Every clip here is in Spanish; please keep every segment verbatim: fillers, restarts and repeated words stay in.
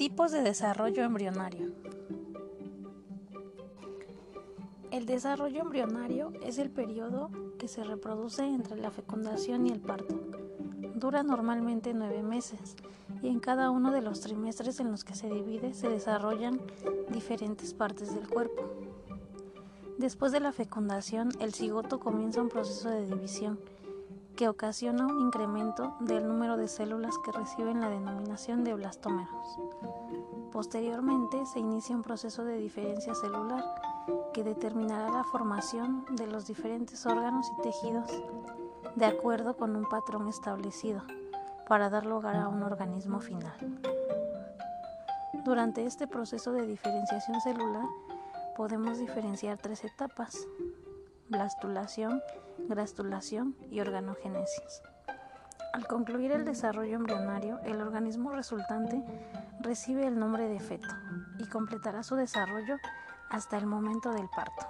Tipos de desarrollo embrionario. El desarrollo embrionario es el periodo que se reproduce entre la fecundación y el parto. Dura normalmente nueve meses y en cada uno de los trimestres en los que se divide se desarrollan diferentes partes del cuerpo. Después de la fecundación, el cigoto comienza un proceso de división que ocasiona un incremento del número de células que reciben la denominación de blastómeros. Posteriormente se inicia un proceso de diferencia celular que determinará la formación de los diferentes órganos y tejidos de acuerdo con un patrón establecido para dar lugar a un organismo final. Durante este proceso de diferenciación celular podemos diferenciar tres etapas: blastulación, grastulación y organogénesis. Al concluir el desarrollo embrionario, el organismo resultante recibe el nombre de feto y completará su desarrollo hasta el momento del parto.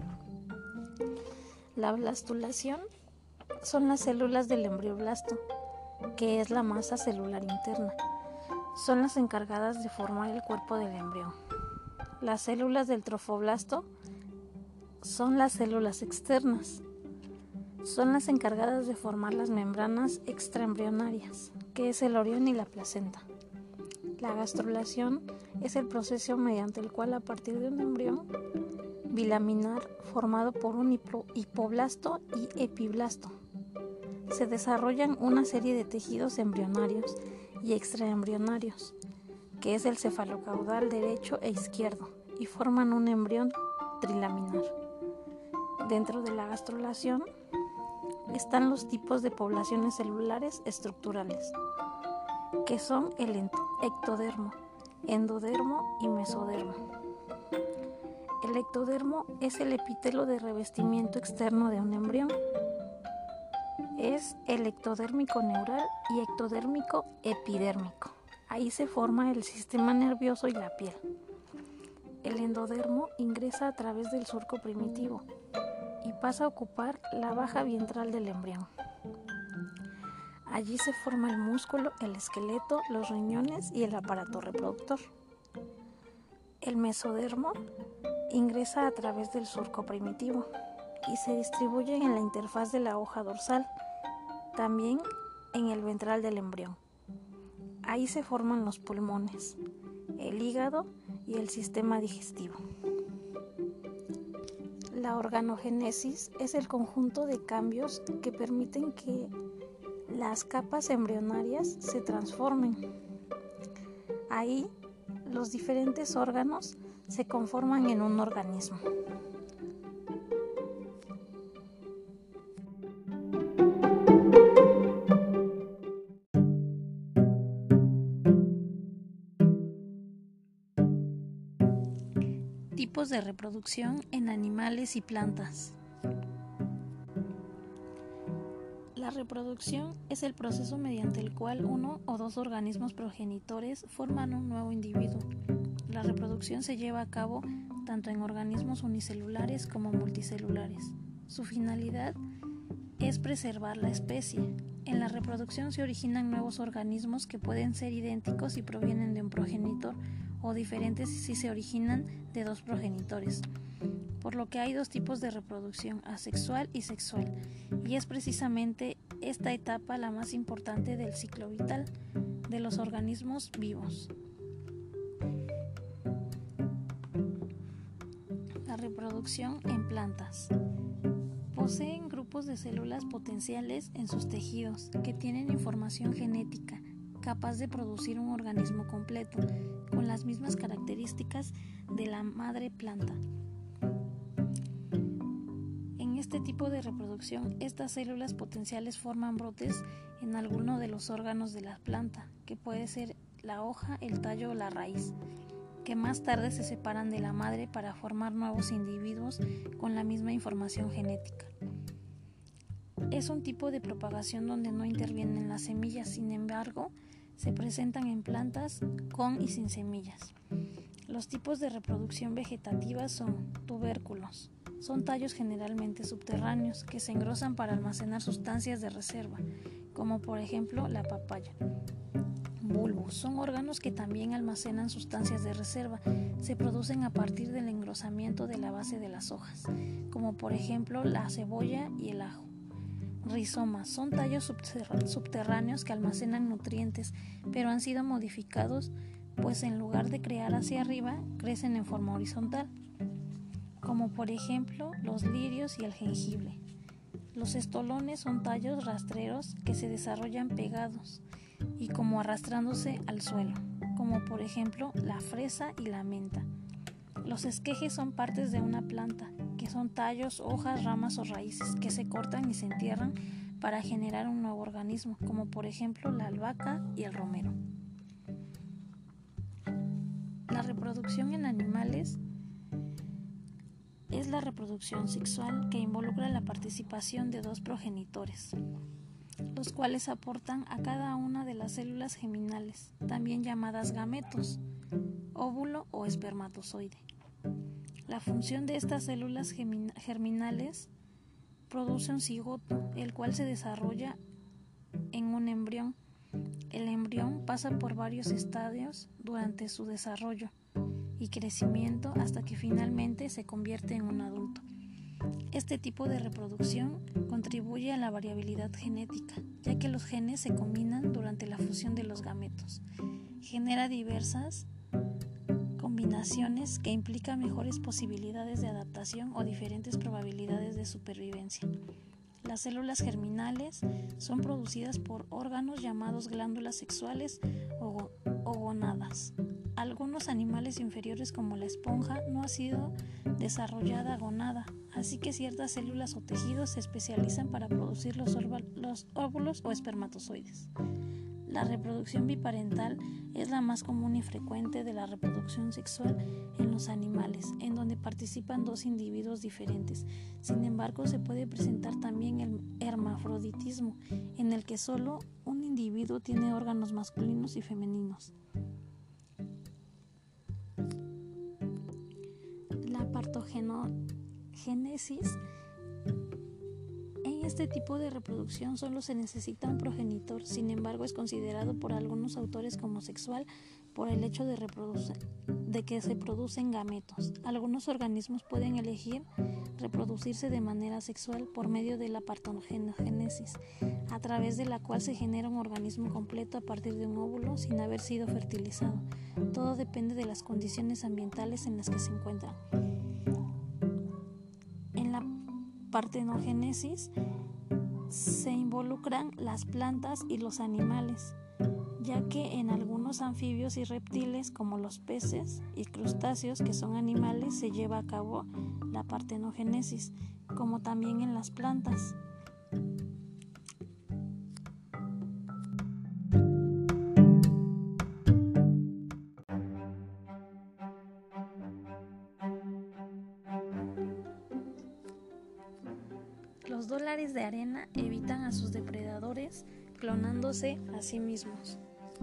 La blastulación son las células del embrioblasto, que es la masa celular interna. Son las encargadas de formar el cuerpo del embrión. Las células del trofoblasto son las células externas. Son las encargadas de formar las membranas extraembrionarias, que es el orión y la placenta. La gastrulación es el proceso mediante el cual, a partir de un embrión bilaminar formado por un hipo- hipoblasto y epiblasto, se desarrollan una serie de tejidos embrionarios y extraembrionarios, que es el cefalocaudal derecho e izquierdo, y forman un embrión trilaminar. Dentro de la gastrulación están los tipos de poblaciones celulares estructurales, que son el ectodermo, endodermo y mesodermo. El ectodermo es el epitelio de revestimiento externo de un embrión. Es el ectodérmico neural y ectodérmico epidérmico. Ahí se forma el sistema nervioso y la piel. El endodermo ingresa a través del surco primitivo y pasa a ocupar la baja ventral del embrión. Allí se forma el músculo, el esqueleto, los riñones y el aparato reproductor. El mesodermo ingresa a través del surco primitivo y se distribuye en la interfaz de la hoja dorsal, también en el ventral del embrión. Ahí se forman los pulmones, el hígado y el sistema digestivo. La organogénesis es el conjunto de cambios que permiten que las capas embrionarias se transformen. Ahí, los diferentes órganos se conforman en un organismo. Tipos de reproducción en animales y plantas. La reproducción es el proceso mediante el cual uno o dos organismos progenitores forman un nuevo individuo. La reproducción se lleva a cabo tanto en organismos unicelulares como multicelulares. Su finalidad es preservar la especie. En la reproducción se originan nuevos organismos que pueden ser idénticos si provienen de un progenitor o diferentes si se originan de dos progenitores. Por lo que hay dos tipos de reproducción, asexual y sexual, y es precisamente esta etapa la más importante del ciclo vital de los organismos vivos. La reproducción en plantas. Poseen grupos de células potenciales en sus tejidos que tienen información genética capaz de producir un organismo completo con las mismas características de la madre planta. En este tipo de reproducción, estas células potenciales forman brotes en alguno de los órganos de la planta, que puede ser la hoja, el tallo o la raíz, que más tarde se separan de la madre para formar nuevos individuos con la misma información genética. Es un tipo de propagación donde no intervienen las semillas, sin embargo, se presentan en plantas con y sin semillas. Los tipos de reproducción vegetativa son tubérculos. Son tallos generalmente subterráneos que se engrosan para almacenar sustancias de reserva, como por ejemplo la papaya. Bulbos son órganos que también almacenan sustancias de reserva. Se producen a partir del engrosamiento de la base de las hojas, como por ejemplo la cebolla y el ajo. Rizomas son tallos subterr- subterráneos que almacenan nutrientes, pero han sido modificados, pues en lugar de crear hacia arriba, crecen en forma horizontal, como por ejemplo los lirios y el jengibre. Los estolones son tallos rastreros que se desarrollan pegados y como arrastrándose al suelo, como por ejemplo la fresa y la menta. Los esquejes son partes de una planta, que son tallos, hojas, ramas o raíces que se cortan y se entierran para generar un nuevo organismo, como por ejemplo la albahaca y el romero. La reproducción en animales es la reproducción sexual que involucra la participación de dos progenitores, los cuales aportan a cada una de las células geminales, también llamadas gametos, óvulo o espermatozoide. La función de estas células germinales produce un cigoto, el cual se desarrolla en un embrión. El embrión pasa por varios estadios durante su desarrollo y crecimiento hasta que finalmente se convierte en un adulto. Este tipo de reproducción contribuye a la variabilidad genética, ya que los genes se combinan durante la fusión de los gametos. Genera diversas combinaciones que implican mejores posibilidades de adaptación o diferentes probabilidades de supervivencia. Las células germinales son producidas por órganos llamados glándulas sexuales o, o gonadas. Algunos animales inferiores como la esponja no ha sido desarrollada gonada, así que ciertas células o tejidos se especializan para producir los, orva- los óvulos o espermatozoides. La reproducción biparental es la más común y frecuente de la reproducción sexual en los animales, en donde participan dos individuos diferentes. Sin embargo, se puede presentar también el hermafroditismo, en el que solo un individuo tiene órganos masculinos y femeninos. La partogénesis. En este tipo de reproducción solo se necesita un progenitor, sin embargo es considerado por algunos autores como sexual por el hecho de, reproducir, de que se producen gametos. Algunos organismos pueden elegir reproducirse de manera sexual por medio de la partogénesis, a través de la cual se genera un organismo completo a partir de un óvulo sin haber sido fertilizado. Todo depende de las condiciones ambientales en las que se encuentran. En la partenogénesis se involucran las plantas y los animales, ya que en algunos anfibios y reptiles como los peces y crustáceos, que son animales, se lleva a cabo la partenogénesis, como también en las plantas. Los dólares de arena evitan a sus depredadores clonándose a sí mismos.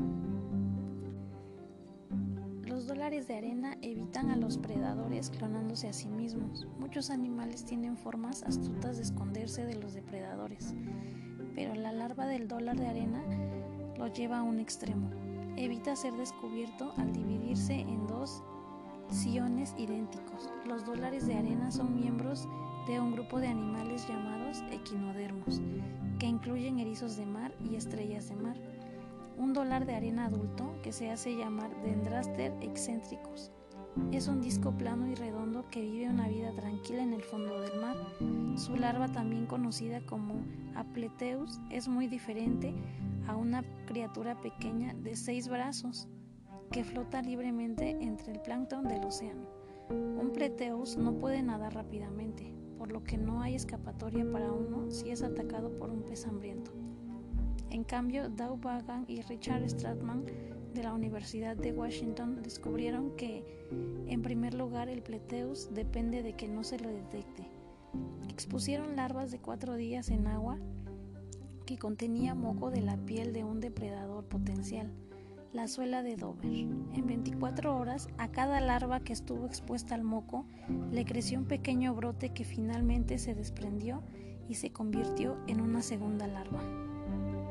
Los dólares de arena evitan a los predadores clonándose a sí mismos. Muchos animales tienen formas astutas de esconderse de los depredadores, pero la larva del dólar de arena lo lleva a un extremo. Evita ser descubierto al dividirse en dos ciones idénticos. Los dólares de arena son miembros de un grupo de animales llamados equinodermos, que incluyen erizos de mar y estrellas de mar. Un dólar de arena adulto, que se hace llamar Dendraster excentricus, es un disco plano y redondo que vive una vida tranquila en el fondo del mar. Su larva, también conocida como Apleteus, es muy diferente a una criatura pequeña de seis brazos que flota libremente entre el plancton del océano. Un Pleteus no puede nadar rápidamente, por lo que no hay escapatoria para uno si es atacado por un pez hambriento. En cambio, Doug Bagan y Richard Stratman de la Universidad de Washington descubrieron que, en primer lugar, el Pleteus depende de que no se lo detecte. Expusieron larvas de cuatro días en agua que contenía moco de la piel de un depredador potencial, la suela de Dover. En veinticuatro horas, a cada larva que estuvo expuesta al moco le creció un pequeño brote que finalmente se desprendió y se convirtió en una segunda larva.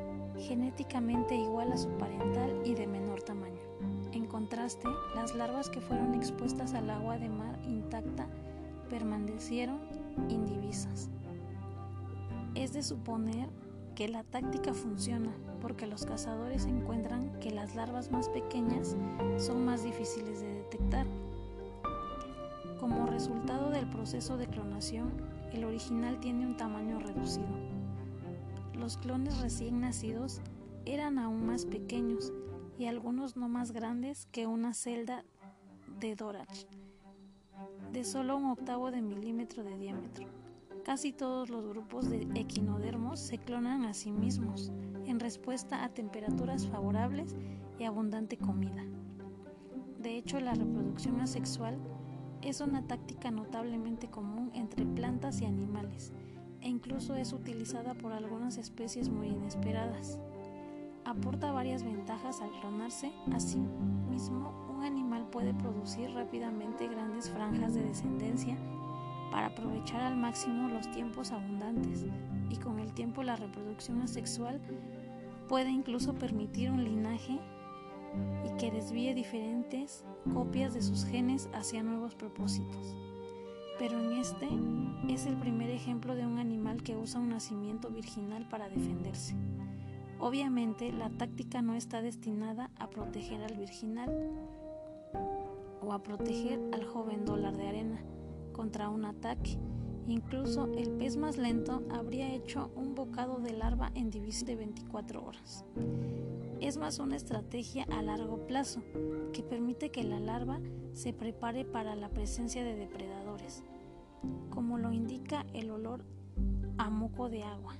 genéticamente igual a su parental y de menor tamaño. En contraste, las larvas que fueron expuestas al agua de mar intacta permanecieron indivisas. Es de suponer que la táctica funciona porque los cazadores encuentran que las larvas más pequeñas son más difíciles de detectar. Como resultado del proceso de clonación, el original tiene un tamaño reducido. Los clones recién nacidos eran aún más pequeños y algunos no más grandes que una celda de Dorac, de solo un octavo de milímetro de diámetro. Casi todos los grupos de equinodermos se clonan a sí mismos en respuesta a temperaturas favorables y abundante comida. De hecho, la reproducción asexual es una táctica notablemente común entre plantas y animales, e incluso es utilizada por algunas especies muy inesperadas. Aporta varias ventajas al clonarse. Asimismo, un animal puede producir rápidamente grandes franjas de descendencia para aprovechar al máximo los tiempos abundantes, y con el tiempo la reproducción asexual puede incluso permitir un linaje y que desvíe diferentes copias de sus genes hacia nuevos propósitos. Pero en este es el primer ejemplo de un animal que usa un nacimiento virginal para defenderse. Obviamente, la táctica no está destinada a proteger al virginal o a proteger al joven dólar de arena contra un ataque. Incluso el pez más lento habría hecho un bocado de larva en división de veinticuatro horas. Es más una estrategia a largo plazo que permite que la larva se prepare para la presencia de depredadores, como lo indica el olor a moco de agua.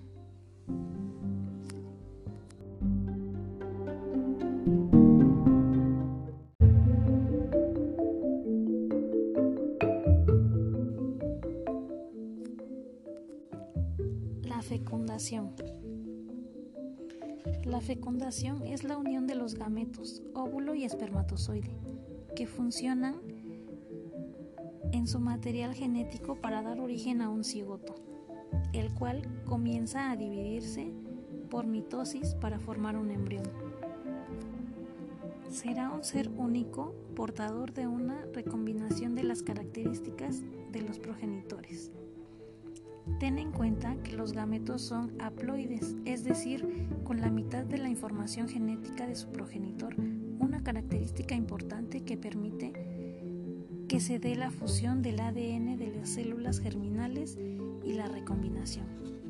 La fecundación. La fecundación es la unión de los gametos, óvulo y espermatozoide, que funcionan en su material genético para dar origen a un cigoto, el cual comienza a dividirse por mitosis para formar un embrión. Será un ser único, portador de una recombinación de las características de los progenitores. Ten en cuenta que los gametos son haploides, es decir, con la mitad de la información genética de su progenitor, una característica importante que permite que se dé la fusión del A D N de las células germinales y la recombinación.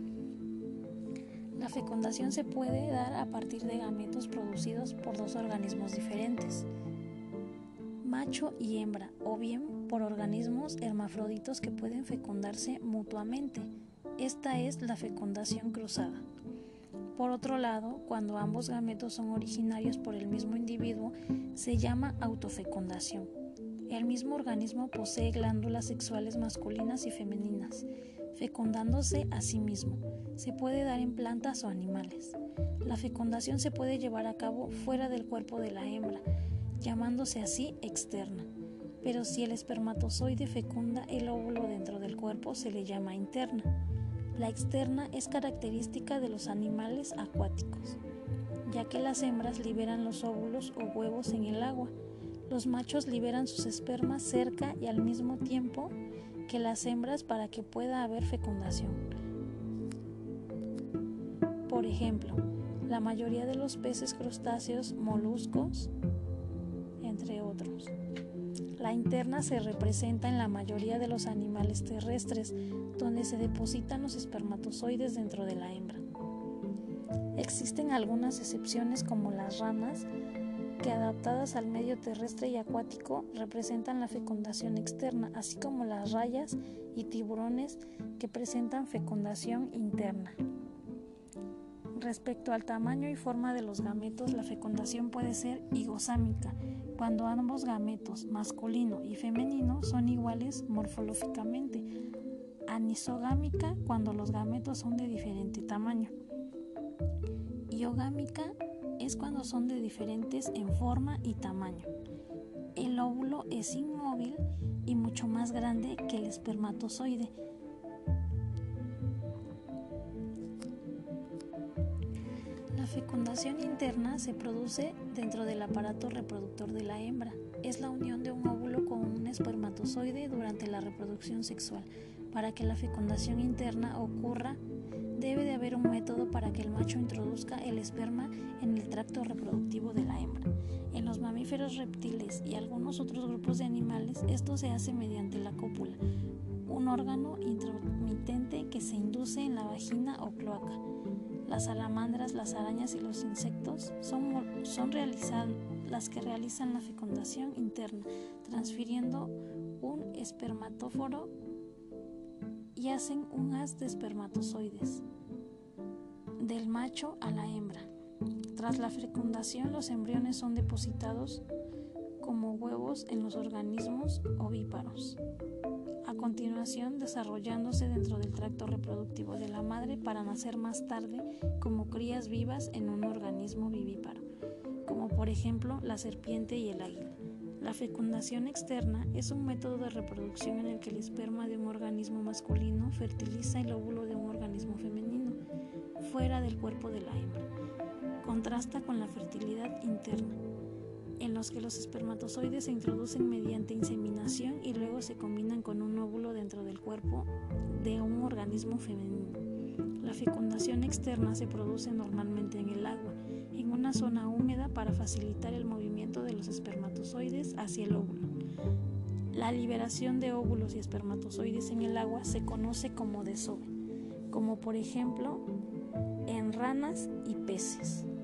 La fecundación se puede dar a partir de gametos producidos por dos organismos diferentes, macho y hembra, o bien por organismos hermafroditos que pueden fecundarse mutuamente. Esta es la fecundación cruzada. Por otro lado, cuando ambos gametos son originarios por el mismo individuo, se llama autofecundación. El mismo organismo posee glándulas sexuales masculinas y femeninas, fecundándose a sí mismo. Se puede dar en plantas o animales. La fecundación se puede llevar a cabo fuera del cuerpo de la hembra, llamándose así externa. Pero si el espermatozoide fecunda el óvulo dentro del cuerpo, se le llama interna. La externa es característica de los animales acuáticos, ya que las hembras liberan los óvulos o huevos en el agua. Los machos liberan sus espermas cerca y al mismo tiempo que las hembras para que pueda haber fecundación. Por ejemplo, la mayoría de los peces crustáceos, moluscos, entre otros. La interna se representa en la mayoría de los animales terrestres, donde se depositan los espermatozoides dentro de la hembra. Existen algunas excepciones, como las ranas, que adaptadas al medio terrestre y acuático representan la fecundación externa, así como las rayas y tiburones, que presentan fecundación interna. Respecto al tamaño y forma de los gametos, la fecundación puede ser higosámica, cuando ambos gametos, masculino y femenino, son iguales morfológicamente; anisogámica, cuando los gametos son de diferente tamaño; iogámica es cuando son de diferentes en forma y tamaño. El óvulo es inmóvil y mucho más grande que el espermatozoide. La fecundación interna se produce dentro del aparato reproductor de la hembra. Es la unión de un óvulo con un espermatozoide durante la reproducción sexual. Para que la fecundación interna ocurra, debe de haber un método para que el macho introduzca el esperma en el tracto reproductivo de la hembra. En los mamíferos, reptiles y algunos otros grupos de animales, esto se hace mediante la cópula, un órgano intermitente que se induce en la vagina o cloaca. Las salamandras, las arañas y los insectos son, son las que realizan la fecundación interna, transfiriendo un espermatóforo y hacen un haz de espermatozoides del macho a la hembra. Tras la fecundación, los embriones son depositados como huevos en los organismos ovíparos, a continuación desarrollándose dentro del tracto reproductivo de la madre para nacer más tarde como crías vivas en un organismo vivíparo, como por ejemplo la serpiente y el águila. La fecundación externa es un método de reproducción en el que el esperma de un organismo masculino fertiliza el óvulo de un organismo femenino fuera del cuerpo de la hembra. Contrasta con la fertilidad interna, en los que los espermatozoides se introducen mediante inseminación y luego se combinan con un óvulo dentro del cuerpo de un organismo femenino. La fecundación externa se produce normalmente en el agua, en una zona húmeda para facilitar el movimiento de los espermatozoides hacia el óvulo. La liberación de óvulos y espermatozoides en el agua se conoce como desove, como por ejemplo en ranas y peces.